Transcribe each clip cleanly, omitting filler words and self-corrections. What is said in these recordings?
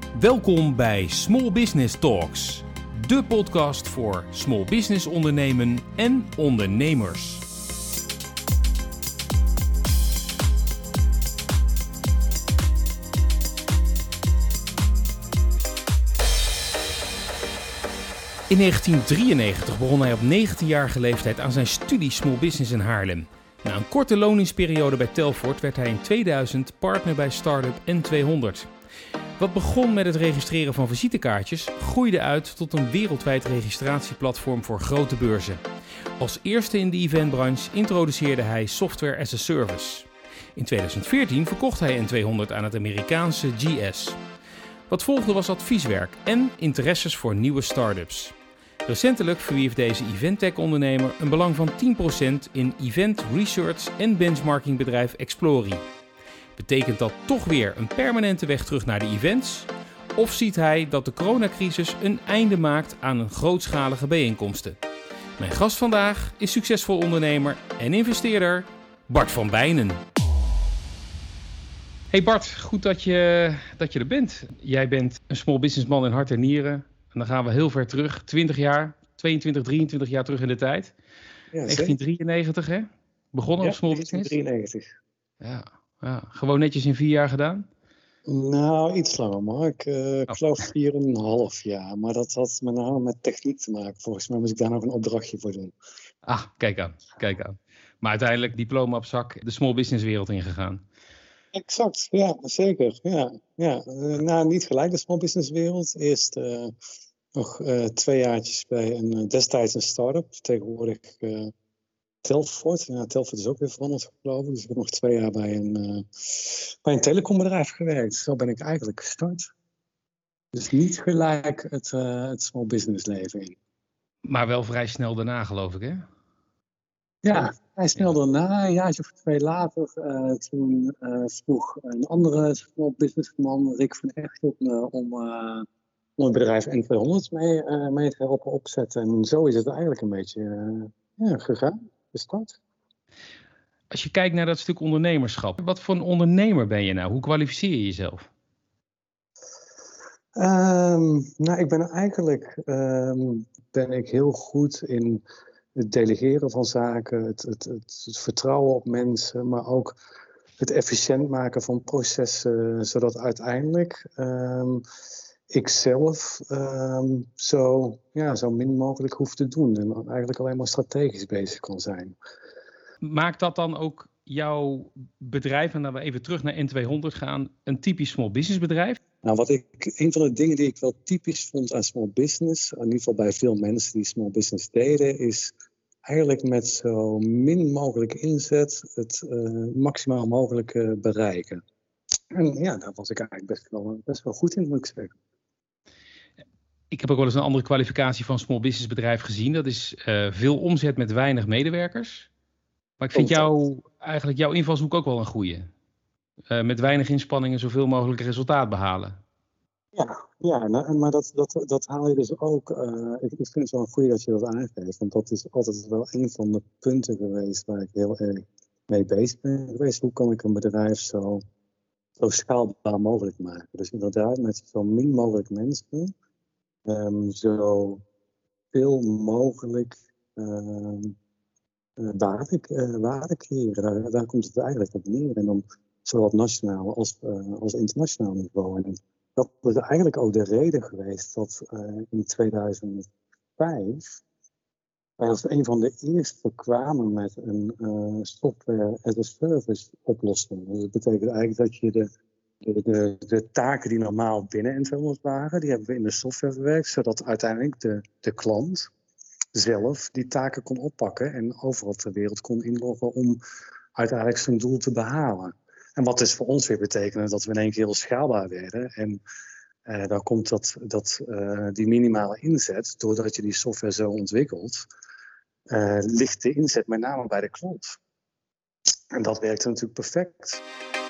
Welkom bij Small Business Talks, de podcast voor small business ondernemen en ondernemers. In 1993 begon hij op 19-jarige leeftijd aan zijn studie Small Business in Haarlem. Na een korte loningsperiode bij Telfort werd hij in 2000 partner bij start-up N200. Wat begon met het registreren van visitekaartjes, groeide uit tot een wereldwijd registratieplatform voor grote beurzen. Als eerste in de eventbranche introduceerde hij Software as a Service. In 2014 verkocht hij N200 aan het Amerikaanse GS. Wat volgde was advieswerk en interesses voor nieuwe start-ups. Recentelijk verwierf deze eventtech-ondernemer een belang van 10% in event research en benchmarkingbedrijf Explori. Betekent dat toch weer een permanente weg terug naar de events? Of ziet hij dat de coronacrisis een einde maakt aan een grootschalige bijeenkomsten? Mijn gast vandaag is succesvol ondernemer en investeerder Bart van Bijnen. Hey Bart, goed dat je er bent. Jij bent een small businessman in hart en nieren. En dan gaan we heel ver terug, 20 jaar, 22, 23 jaar terug in de tijd. Ja, 1993 hè? Begonnen op small business? 1993. Ja, gewoon netjes in 4 jaar gedaan? Nou, iets langer maar. Ik geloof 4,5 jaar. Maar dat had met name met techniek te maken. Volgens mij moest ik daar nog een opdrachtje voor doen. Ah, kijk aan. Maar uiteindelijk diploma op zak de small business wereld ingegaan. Exact, ja, zeker. Ja. Nou, niet gelijk de small business wereld. Eerst nog 2 jaartjes bij destijds een start-up. Tegenwoordig Telfort. Ja, Telfort is ook weer veranderd, geloof ik. Dus ik heb nog 2 jaar bij een telecombedrijf gewerkt. Zo ben ik eigenlijk gestart. Dus niet gelijk het small business leven in. Maar wel vrij snel daarna, geloof ik, hè? Ja, vrij snel daarna, een jaartje of 2 later, toen vroeg een andere small businessman, Rick van Echt, om het bedrijf N200 mee te helpen opzetten. En zo is het eigenlijk een beetje gegaan, gestart. Als je kijkt naar dat stuk ondernemerschap, wat voor een ondernemer ben je nou? Hoe kwalificeer je jezelf? Nou, ik ben eigenlijk heel goed in het delegeren van zaken, het vertrouwen op mensen, maar ook het efficiënt maken van processen, zodat uiteindelijk ik zelf zo min mogelijk hoef te doen en eigenlijk alleen maar strategisch bezig kan zijn. Maakt dat dan ook jouw bedrijf, en dan we even terug naar N200 gaan, een typisch small business bedrijf? Nou, een van de dingen die ik wel typisch vond aan small business, in ieder geval bij veel mensen die small business deden, is eigenlijk met zo min mogelijk inzet het maximaal mogelijke bereiken. En ja, daar was ik eigenlijk best wel goed in, moet ik zeggen. Ik heb ook wel eens een andere kwalificatie van small business bedrijf gezien. Dat is veel omzet met weinig medewerkers. Maar ik vind jouw invalshoek ook wel een goeie. Met weinig inspanningen zoveel mogelijk resultaat behalen. Ja, maar dat haal je dus ook. Ik vind het wel een goeie dat je dat aangeeft. Want dat is altijd wel een van de punten geweest waar ik heel erg mee bezig ben geweest. Hoe kan ik een bedrijf zo schaalbaar mogelijk maken? Dus inderdaad met zo min mogelijk mensen zo veel mogelijk waarde creëren. Daar komt het eigenlijk op neer. En dan zowel op nationaal als internationaal niveau. En dat was eigenlijk ook de reden geweest dat in 2005 wij als een van de eerste kwamen met een software as a service oplossing. Dus dat betekent eigenlijk dat je de taken die normaal binnen N200 waren, die hebben we in de software verwerkt, zodat uiteindelijk de klant zelf die taken kon oppakken en overal ter wereld kon inloggen om uiteindelijk zijn doel te behalen. En wat dus voor ons weer betekende dat we in één keer heel schaalbaar werden. En dan komt die minimale inzet, doordat je die software zo ontwikkelt, ligt de inzet met name bij de klant. En dat werkte natuurlijk perfect.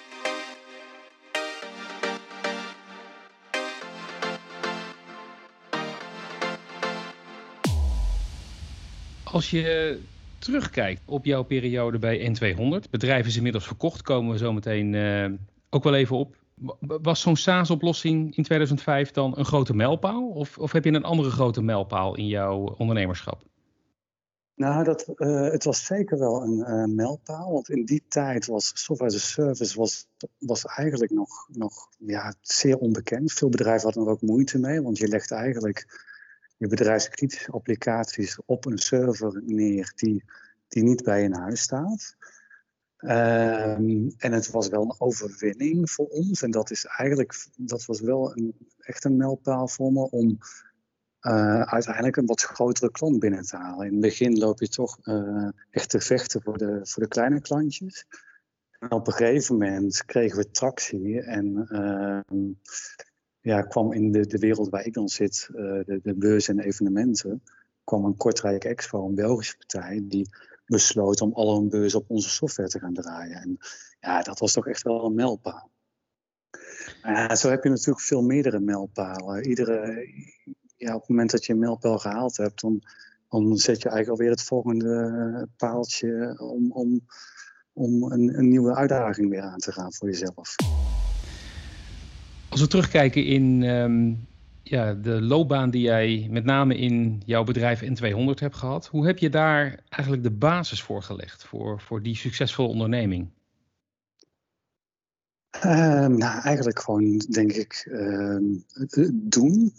Als je terugkijkt op jouw periode bij N200, bedrijf is inmiddels verkocht, komen we zo meteen ook wel even op. Was zo'n SaaS-oplossing in 2005 dan een grote mijlpaal? Of heb je een andere grote mijlpaal in jouw ondernemerschap? Nou, het was zeker wel een mijlpaal. Want in die tijd was software as a service was eigenlijk nog zeer onbekend. Veel bedrijven hadden er ook moeite mee. Want je legt eigenlijk je bedrijfskritische applicaties op een server neer die niet bij je in huis staat. En het was wel een overwinning voor ons. En dat was wel echt een mijlpaal voor me om uiteindelijk een wat grotere klant binnen te halen. In het begin loop je toch echt te vechten voor de kleine klantjes. En op een gegeven moment kregen we tractie en kwam in de wereld waar ik dan zit, de beurs en evenementen, kwam een Kortrijk Expo, een Belgische partij, die besloot om al hun beurs op onze software te gaan draaien. En ja, dat was toch echt wel een mijlpaal. Zo heb je natuurlijk veel meerdere mijlpalen. Op het moment dat je een mijlpaal gehaald hebt, dan zet je eigenlijk alweer het volgende paaltje om een nieuwe uitdaging weer aan te gaan voor jezelf. Als we terugkijken in de loopbaan die jij met name in jouw bedrijf N200 hebt gehad, hoe heb je daar eigenlijk de basis voor gelegd voor die succesvolle onderneming? Eigenlijk gewoon, denk ik, doen.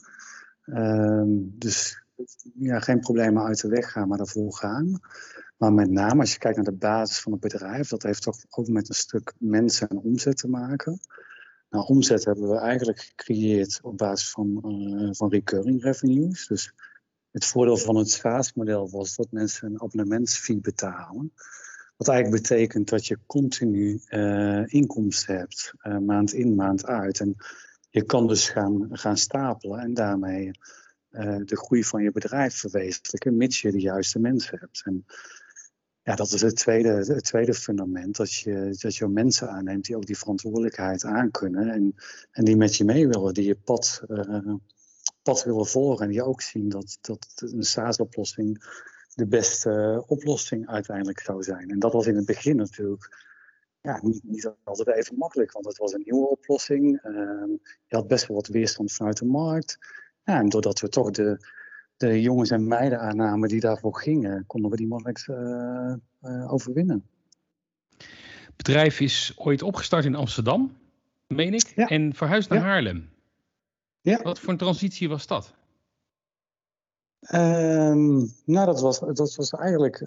Dus geen problemen uit de weg gaan, maar daarvoor gaan. Maar met name als je kijkt naar de basis van het bedrijf, dat heeft toch ook met een stuk mensen en omzet te maken. Nou, omzet hebben we eigenlijk gecreëerd op basis van recurring revenues. Dus het voordeel van het SaaS-model was dat mensen een abonnementsfee betalen. Wat eigenlijk betekent dat je continu inkomsten hebt, maand in, maand uit. En je kan dus gaan stapelen en daarmee de groei van je bedrijf verwezenlijken, mits je de juiste mensen hebt. En ja, dat is het tweede fundament, dat je mensen aanneemt die ook die verantwoordelijkheid aankunnen en die met je mee willen, die je pad willen volgen en die ook zien dat een SaaS-oplossing de beste oplossing uiteindelijk zou zijn. En dat was in het begin natuurlijk niet altijd even makkelijk, want het was een nieuwe oplossing. Je had best wel wat weerstand vanuit de markt. Ja, en doordat we toch de jongens en meiden aannamen die daarvoor gingen, konden we die makkelijk overwinnen. Het bedrijf is ooit opgestart in Amsterdam, meen ik, en verhuisd naar Haarlem. Ja. Wat voor een transitie was dat? Dat was eigenlijk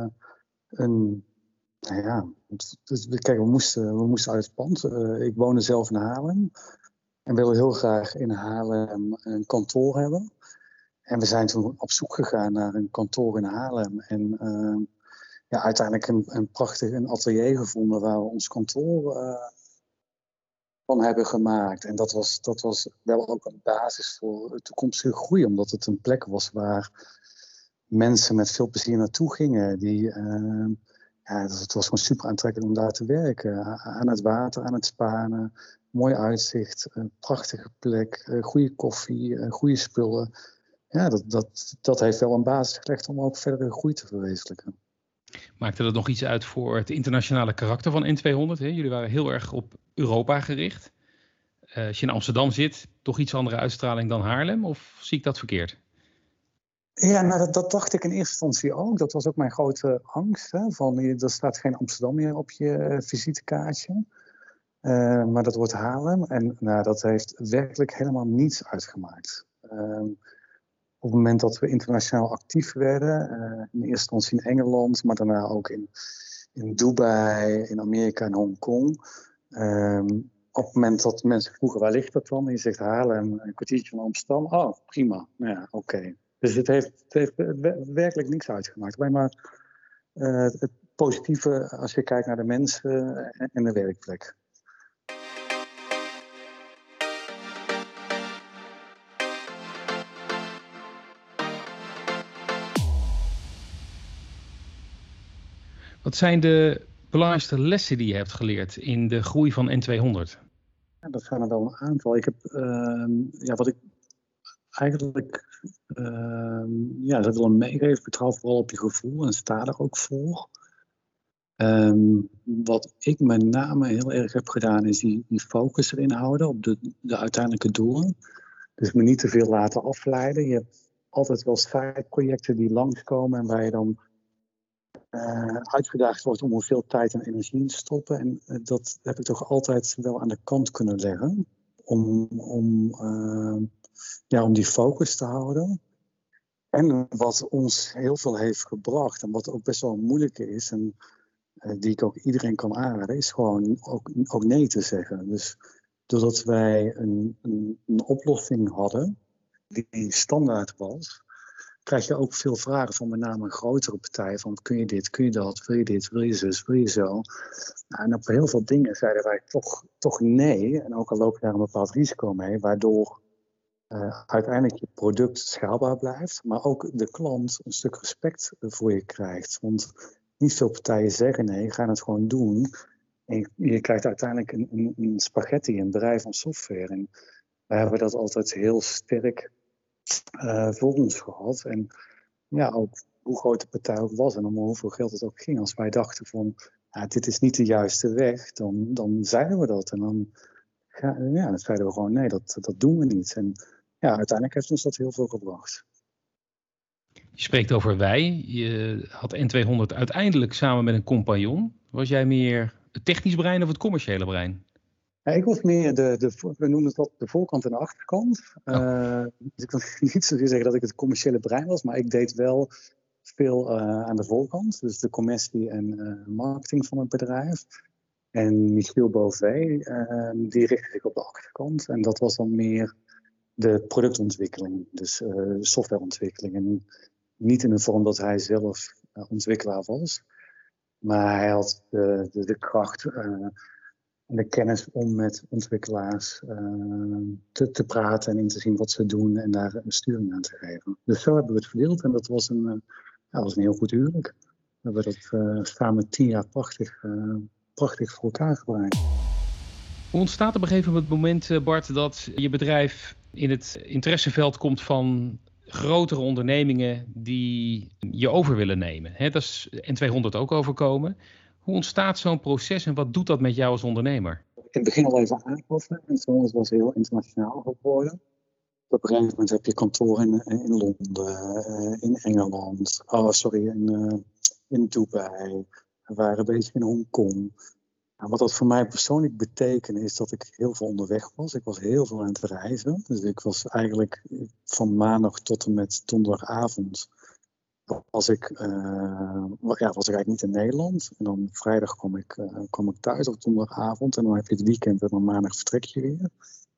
kijk, we moesten uit het pand. Ik woonde zelf in Haarlem en wilde heel graag in Haarlem een kantoor hebben. En we zijn toen op zoek gegaan naar een kantoor in Haarlem. En uiteindelijk een prachtig atelier gevonden waar we ons kantoor van hebben gemaakt. En dat was wel ook een basis voor toekomstige groei. Omdat het een plek was waar mensen met veel plezier naartoe gingen. Het was gewoon super aantrekkelijk om daar te werken. Aan het water, aan het Spanen. Mooi uitzicht, een prachtige plek, goede koffie, goede spullen. Ja, dat heeft wel een basis gelegd om ook verdere groei te verwezenlijken. Maakte dat nog iets uit voor het internationale karakter van N200? Hè? Jullie waren heel erg op Europa gericht. Als je in Amsterdam zit, toch iets andere uitstraling dan Haarlem? Of zie ik dat verkeerd? Ja, dat dacht ik in eerste instantie ook. Dat was ook mijn grote angst. Hè? Er staat geen Amsterdam meer op je visitekaartje. Maar dat wordt Haarlem. En dat heeft werkelijk helemaal niets uitgemaakt. Op het moment dat we internationaal actief werden, in eerste instantie in Engeland, maar daarna ook in Dubai, in Amerika en Hongkong. Op het moment dat mensen vroegen, waar ligt dat dan? En je zegt Haarlem, een kwartiertje van Amsterdam. Oh, prima. Ja, oké. Dus het heeft werkelijk niks uitgemaakt. Alleen maar het positieve als je kijkt naar de mensen en de werkplek. Wat zijn de belangrijkste lessen die je hebt geleerd in de groei van N200? Ja, dat zijn er wel een aantal. Ik heb, wat ik eigenlijk dat wil meegeven, vertrouw vooral op je gevoel en sta er ook voor. Wat ik met name heel erg heb gedaan, is die focus erin houden op de uiteindelijke doelen. Dus me niet te veel laten afleiden. Je hebt altijd wel side-projecten die langskomen en waar je dan uitgedaagd wordt om er veel tijd en energie in te stoppen. En dat heb ik toch altijd wel aan de kant kunnen leggen. Om die focus te houden. En wat ons heel veel heeft gebracht en wat ook best wel moeilijk is en die ik ook iedereen kan aanraden, is gewoon ook nee te zeggen. Dus doordat wij een oplossing hadden die standaard was, krijg je ook veel vragen van met name een grotere partij van kun je dit, kun je dat, wil je dit, wil je zus, wil je zo. Nou, en op heel veel dingen zeiden wij toch nee. En ook al loop je daar een bepaald risico mee, waardoor uiteindelijk je product schaalbaar blijft, maar ook de klant een stuk respect voor je krijgt. Want niet veel partijen zeggen nee, ga het gewoon doen. En je krijgt uiteindelijk een spaghetti, een bedrijf van software. En wij hebben dat altijd heel sterk voor ons gehad. En ja, ook hoe groot de partij ook was en om hoeveel geld het ook ging. Als wij dachten van, dit is niet de juiste weg, dan zeiden we dat. En dan zeiden we gewoon, nee, dat doen we niet. En ja, uiteindelijk heeft ons dat heel veel gebracht. Je spreekt over wij. Je had N200 uiteindelijk samen met een compagnon. Was jij meer het technisch brein of het commerciële brein? Ja, ik was meer we noemen het de voorkant en de achterkant. Dus ik kan niet zozeer zeggen dat ik het commerciële brein was, maar ik deed wel veel aan de voorkant. Dus de commercie en marketing van het bedrijf. En Michiel Beauvais, die richtte zich op de achterkant. En dat was dan meer de productontwikkeling, dus softwareontwikkeling. En niet in de vorm dat hij zelf ontwikkelaar was, maar hij had de kracht en de kennis om met ontwikkelaars te praten en in te zien wat ze doen en daar een sturing aan te geven. Dus zo hebben we het verdeeld en dat was een heel goed huwelijk. We hebben dat samen 10 jaar prachtig voor elkaar gebracht. Hoe ontstaat op een gegeven moment, Bart, dat je bedrijf in het interesseveld komt van grotere ondernemingen die je over willen nemen? Dat is N200 ook overkomen. Hoe ontstaat zo'n proces en wat doet dat met jou als ondernemer? In het begin al even aangegeven. N200 was heel internationaal geworden. Op een gegeven moment heb je kantoren in Londen, in Engeland, in Dubai. We waren bezig in Hongkong. Nou, wat dat voor mij persoonlijk betekende is dat ik heel veel onderweg was. Ik was heel veel aan het reizen. Dus ik was eigenlijk van maandag tot en met donderdagavond was ik eigenlijk niet in Nederland. En dan vrijdag kwam ik thuis op donderdagavond. En dan heb je het weekend en dan maandag vertrek je weer.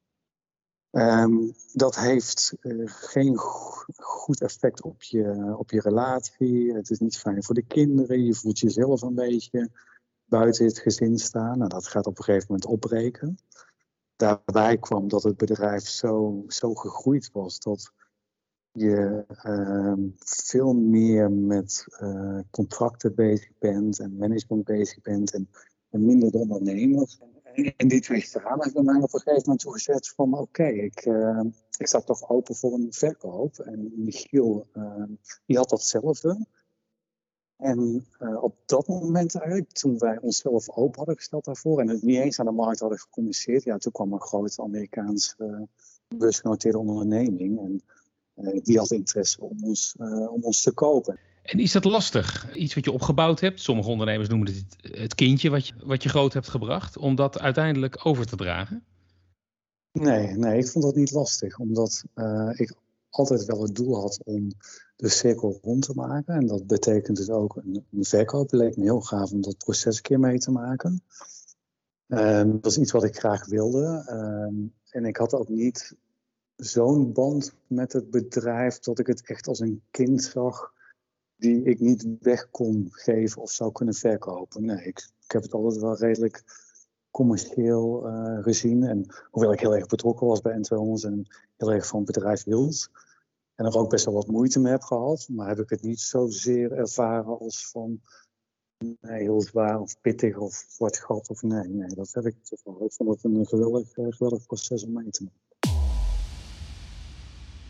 Dat heeft geen goed effect op je relatie. Het is niet fijn voor de kinderen. Je voelt jezelf een beetje buiten het gezin staan. Nou, dat gaat op een gegeven moment opbreken. Daarbij kwam dat het bedrijf zo gegroeid was dat je veel meer met contracten bezig bent en management bezig bent en minder de ondernemer. En die twee samen hebben mij op een gegeven moment toegezet van oké, ik sta toch open voor een verkoop. En Michiel, die had datzelfde. En op dat moment eigenlijk, toen wij onszelf open hadden gesteld daarvoor en het niet eens aan de markt hadden gecommuniceerd, toen kwam een grote Amerikaans beursgenoteerde onderneming en die had interesse om ons te kopen. En is dat lastig? Iets wat je opgebouwd hebt, sommige ondernemers noemen het kindje wat je groot hebt gebracht, om dat uiteindelijk over te dragen? Nee, ik vond dat niet lastig, omdat ik altijd wel het doel had om de cirkel rond te maken. En dat betekent dus ook een verkoop. Het leek me heel gaaf om dat proces een keer mee te maken. Dat is iets wat ik graag wilde. En ik had ook niet zo'n band met het bedrijf dat ik het echt als een kind zag die ik niet weg kon geven of zou kunnen verkopen. Nee, ik heb het altijd wel redelijk commercieel gezien. En hoewel ik heel erg betrokken was bij N200 en heel erg van het bedrijf hield en er ook best wel wat moeite mee heb gehad, maar heb ik het niet zozeer ervaren als van heel zwaar of pittig of zwart gat of nee, dat heb ik toch wel. Ik vond het een geweldig proces om mee te maken.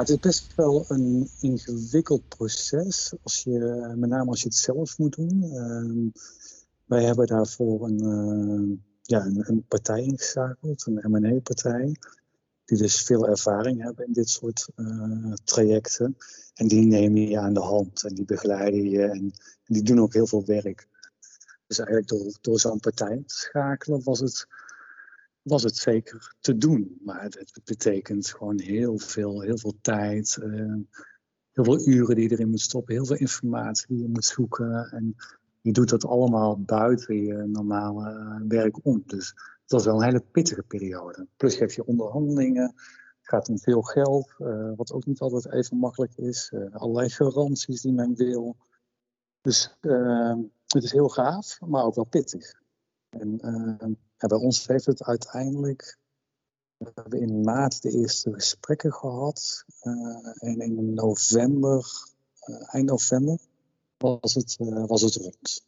Het is best wel een ingewikkeld proces, met name als je het zelf moet doen. Wij hebben daarvoor een partij ingeschakeld, een M&A-partij, die dus veel ervaring hebben in dit soort trajecten. En die nemen je aan de hand en die begeleiden je en die doen ook heel veel werk. Dus eigenlijk door zo'n partij te schakelen was het zeker te doen. Maar het betekent gewoon heel veel tijd, heel veel uren die je erin moet stoppen, heel veel informatie die je moet zoeken. En je doet dat allemaal buiten je normale werk om. Dus het was wel een hele pittige periode. Plus je hebt je onderhandelingen, het gaat om veel geld, wat ook niet altijd even makkelijk is. Allerlei garanties die men wil. Dus het is heel gaaf, maar ook wel pittig. En bij ons heeft het uiteindelijk... We hebben in maart de eerste gesprekken gehad. En in november, eind november, was het rond.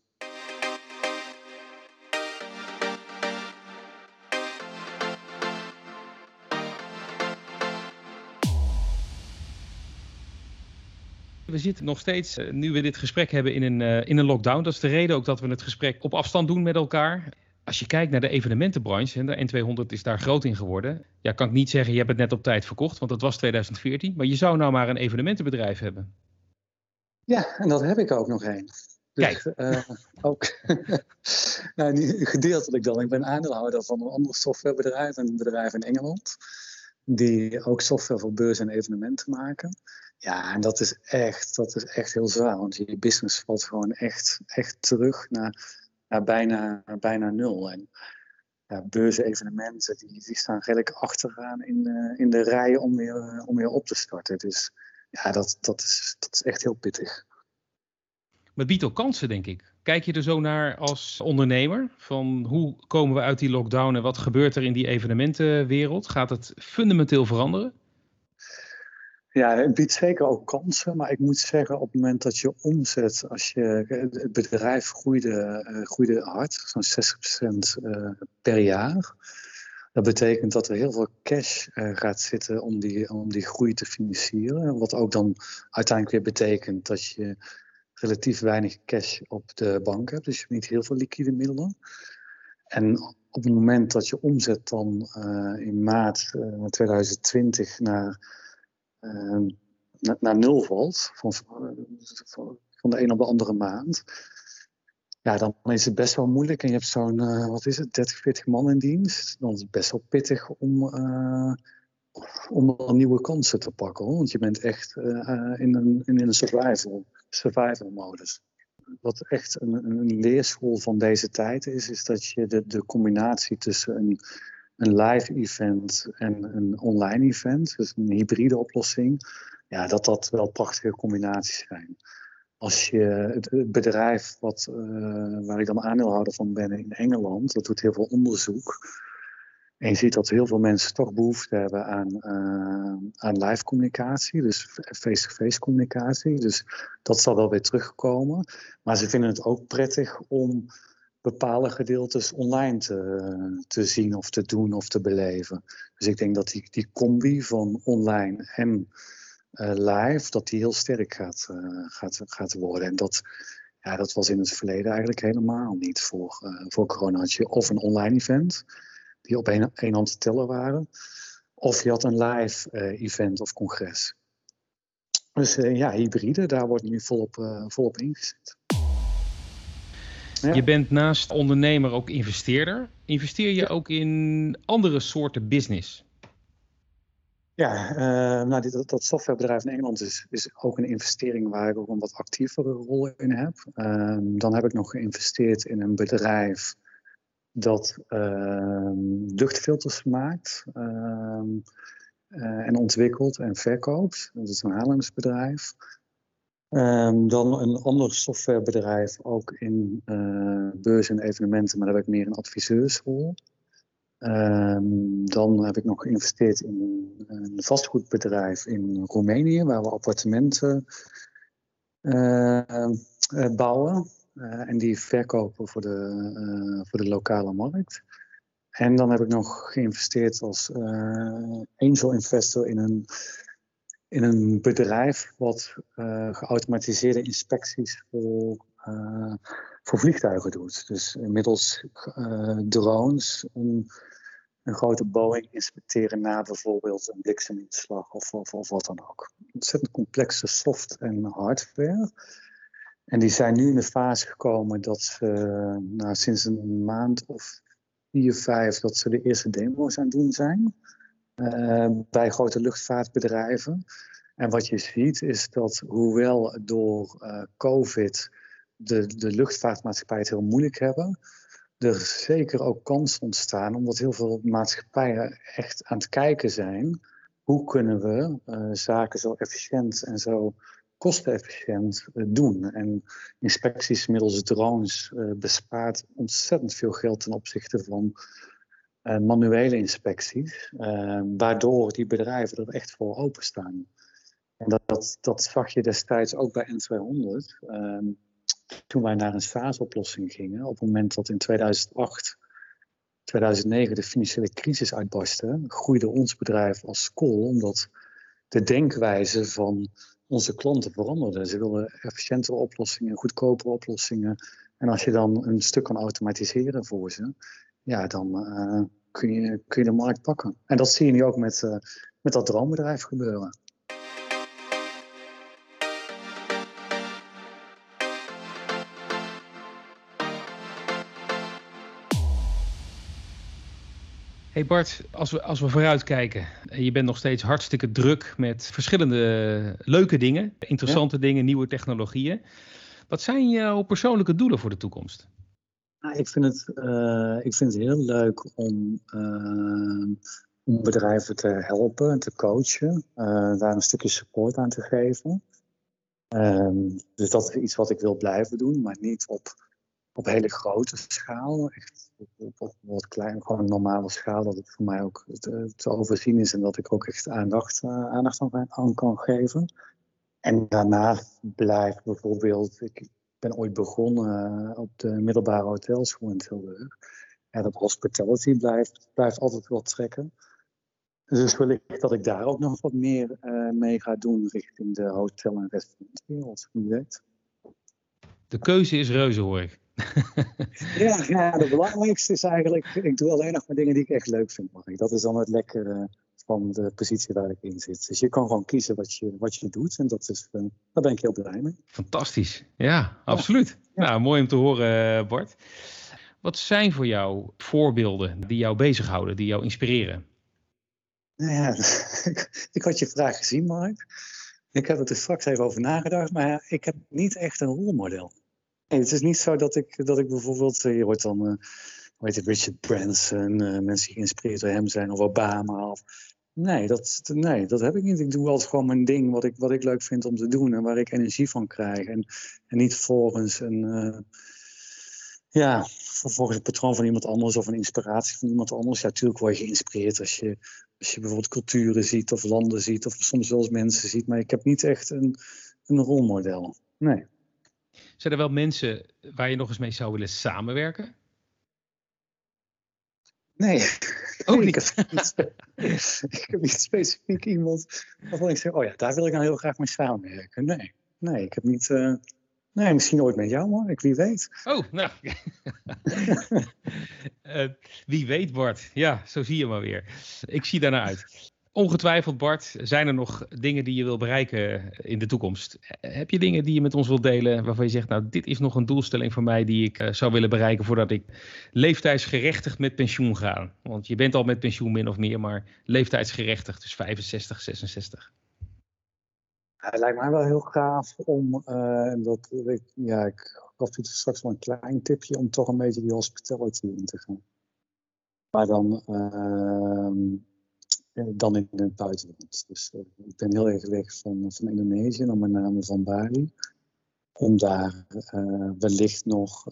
We zitten nog steeds, nu we dit gesprek hebben, in een lockdown. Dat is de reden ook dat we het gesprek op afstand doen met elkaar. Als je kijkt naar de evenementenbranche, de N200 is daar groot in geworden. Ja, kan ik niet zeggen, je hebt het net op tijd verkocht, want dat was 2014. Maar je zou nou maar een evenementenbedrijf hebben. Ja, en dat heb ik ook nog een. Dus, kijk. Ook gedeeltelijk dan. Ik ben aandeelhouder van een ander softwarebedrijf, een bedrijf in Engeland, die ook software voor beurs en evenementen maken. Ja, en dat is echt heel zwaar, want je business valt gewoon echt terug naar bijna nul. En beurzen, evenementen, die staan redelijk achteraan in de rij om weer op te starten. Dus ja, dat is echt heel pittig. Maar het biedt ook kansen, denk ik. Kijk je er zo naar als ondernemer? Van hoe komen we uit die lockdown en wat gebeurt er in die evenementenwereld? Gaat het fundamenteel veranderen? Ja, het biedt zeker ook kansen, maar ik moet zeggen, op het moment dat je omzet, het bedrijf groeide hard, zo'n 60% per jaar. Dat betekent dat er heel veel cash gaat zitten om die groei te financieren. Wat ook dan uiteindelijk weer betekent dat je relatief weinig cash op de bank hebt. Dus je hebt niet heel veel liquide middelen. En op het moment dat je omzet dan in maart 2020 naar nul valt, van de een op de andere maand, ja, dan is het best wel moeilijk. En je hebt zo'n, 30, 40 man in dienst. Dan is het best wel pittig om nieuwe kansen te pakken. Hoor. Want je bent echt in een survival modus. Wat echt een leerschool van deze tijd is dat je de combinatie tussen een live event en een online event, dus een hybride oplossing, ja, dat wel prachtige combinaties zijn. Als je het bedrijf waar ik dan aandeelhouder van ben in Engeland, dat doet heel veel onderzoek. En je ziet dat heel veel mensen toch behoefte hebben aan live communicatie, dus face-to-face communicatie. Dus dat zal wel weer terugkomen. Maar ze vinden het ook prettig om bepaalde gedeeltes online te zien of te doen of te beleven. Dus ik denk dat die combi van online en live, dat die heel sterk gaat worden. En dat was in het verleden eigenlijk helemaal niet. Voor corona had je of een online event, die op één hand te tellen waren, of je had een live event of congres. Dus hybride, daar wordt nu volop ingezet. Ja. Je bent naast ondernemer ook investeerder. Investeer je ook in andere soorten business? Ja, dat softwarebedrijf in Engeland is ook een investering waar ik ook een wat actievere rol in heb. Dan heb ik nog geïnvesteerd in een bedrijf dat luchtfilters maakt en ontwikkelt en verkoopt. Dat is een Haarlems bedrijf. Dan een ander softwarebedrijf, ook in beurs en evenementen, maar daar heb ik meer een adviseursrol. Dan heb ik nog geïnvesteerd in een vastgoedbedrijf in Roemenië, waar we appartementen bouwen en die verkopen voor de lokale markt. En dan heb ik nog geïnvesteerd als angel investor in in een bedrijf wat geautomatiseerde inspecties voor vliegtuigen doet. Dus middels drones een grote Boeing inspecteren na bijvoorbeeld een blikseminslag of wat dan ook. Ontzettend complexe soft- en hardware. En die zijn nu in de fase gekomen dat ze sinds een maand of 4, 5 dat ze de eerste demo's aan het doen zijn. Bij grote luchtvaartbedrijven. En wat je ziet is dat hoewel door COVID de luchtvaartmaatschappijen het heel moeilijk hebben, er zeker ook kansen ontstaan, omdat heel veel maatschappijen echt aan het kijken zijn. Hoe kunnen we zaken zo efficiënt en zo kostenefficiënt doen? En inspecties middels drones bespaart ontzettend veel geld ten opzichte van manuele inspecties, waardoor die bedrijven er echt voor openstaan. En dat zag je destijds ook bij N200. Toen wij naar een SaaS-oplossing gingen, op het moment dat in 2008, 2009 de financiële crisis uitbarstte, groeide ons bedrijf als school, omdat de denkwijze van onze klanten veranderde. Ze wilden efficiëntere oplossingen, goedkopere oplossingen. En als je dan een stuk kan automatiseren voor ze, ja, dan kun je de markt pakken. En dat zie je nu ook met dat droombedrijf gebeuren. Hey Bart, als we vooruit kijken, je bent nog steeds hartstikke druk met verschillende leuke dingen, interessante dingen, nieuwe technologieën. Wat zijn jouw persoonlijke doelen voor de toekomst? Ik vind het heel leuk om bedrijven te helpen, te coachen, daar een stukje support aan te geven. Dus dat is iets wat ik wil blijven doen, maar niet op hele grote schaal. Echt op wat klein, gewoon een normale schaal, dat het voor mij ook te overzien is en dat ik ook echt aandacht aan kan geven. En daarnaast blijft bijvoorbeeld, ik ben ooit begonnen op de middelbare hotelschool in Tilburg. En dat hospitality blijft altijd wel trekken. Dus wellicht dat ik daar ook nog wat meer mee ga doen richting de hotel- en restaurantwereld, wie weet. De keuze is reuze, hoor ik. Ja, de belangrijkste is eigenlijk, ik doe alleen nog maar dingen die ik echt leuk vind, Mark. Dat is dan het lekkere van de positie waar ik in zit. Dus je kan gewoon kiezen wat je doet en daar ben ik heel blij mee. Fantastisch, ja, absoluut. Ja. Nou, mooi om te horen, Bart. Wat zijn voor jou voorbeelden die jou bezighouden, die jou inspireren? Nou ja, ik had je vraag gezien, Mark. Ik heb er straks even over nagedacht, maar ik heb niet echt een rolmodel. Nee, het is niet zo dat ik bijvoorbeeld, je hoort dan, Richard Branson, mensen die geïnspireerd door hem zijn, of Obama. Nee, dat heb ik niet. Ik doe altijd gewoon mijn ding, wat ik leuk vind om te doen en waar ik energie van krijg. En niet volgens volgens het patroon van iemand anders of een inspiratie van iemand anders. Ja, natuurlijk word je geïnspireerd als je bijvoorbeeld culturen ziet of landen ziet of soms wel eens mensen ziet. Maar ik heb niet echt een rolmodel. Nee. Zijn er wel mensen waar je nog eens mee zou willen samenwerken? Nee. Ook niet. Ik heb niet specifiek iemand waarvan ik zeg, oh ja, daar wil ik nou heel graag mee samenwerken. Nee, ik heb niet... Nee, misschien ooit met jou, maar wie weet. Oh, nou. Wie weet, Bart. Ja, zo zie je maar weer. Ik zie daarnaar uit. Ongetwijfeld, Bart, zijn er nog dingen die je wil bereiken in de toekomst? Heb je dingen die je met ons wilt delen waarvan je zegt, nou, dit is nog een doelstelling voor mij die ik zou willen bereiken voordat ik leeftijdsgerechtigd met pensioen ga? Want je bent al met pensioen min of meer, maar leeftijdsgerechtigd, dus 65, 66. Het lijkt mij wel heel gaaf om, ik gaf u straks wel een klein tipje om toch een beetje die hospitality in te gaan. Maar dan in het buitenland. Dus ik ben heel erg weg van Indonesië, dan met name van Bali. Om daar wellicht nog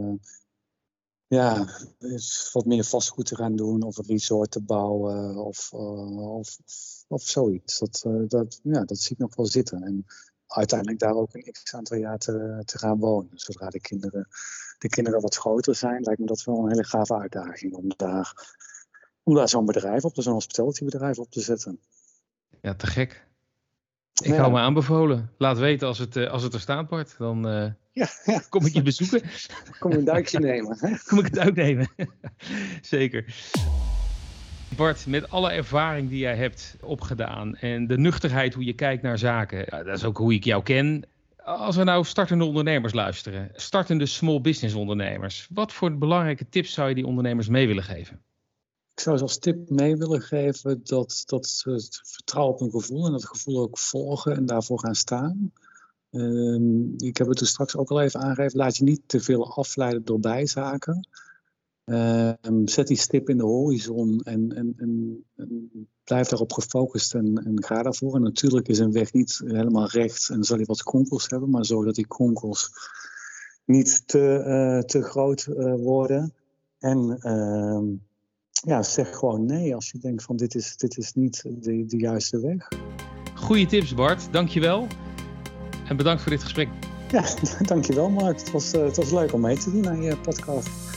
wat meer vastgoed te gaan doen of een resort te bouwen of zoiets. Dat zie ik nog wel zitten. En uiteindelijk daar ook een x-aantal jaar te gaan wonen. Zodra de kinderen wat groter zijn, lijkt me dat wel een hele gave uitdaging om daar zo'n bedrijf zo'n hospitality bedrijf op te zetten. Ja, te gek. Ik hou me aanbevolen. Laat weten als het er staat, Bart. Dan kom ik je bezoeken. Kom een duikje nemen. Hè? Kom ik een duik nemen. Zeker. Bart, met alle ervaring die jij hebt opgedaan en de nuchterheid hoe je kijkt naar zaken, dat is ook hoe ik jou ken. Als we nou startende ondernemers luisteren, startende small business ondernemers, wat voor belangrijke tips zou je die ondernemers mee willen geven? Ik zou als tip mee willen geven dat het vertrouwen op een gevoel en dat gevoel ook volgen en daarvoor gaan staan. Ik heb het er straks ook al even aangegeven, laat je niet te veel afleiden door bijzaken. Zet die stip in de horizon en blijf daarop gefocust en ga daarvoor. En natuurlijk is een weg niet helemaal recht en zal hij wat kronkels hebben, maar zo dat die kronkels niet te groot worden. En zeg gewoon nee als je denkt van dit is niet de juiste weg. Goeie tips, Bart. Dankjewel. En bedankt voor dit gesprek. Ja, dankjewel Mark. Het was leuk om mee te doen aan je podcast.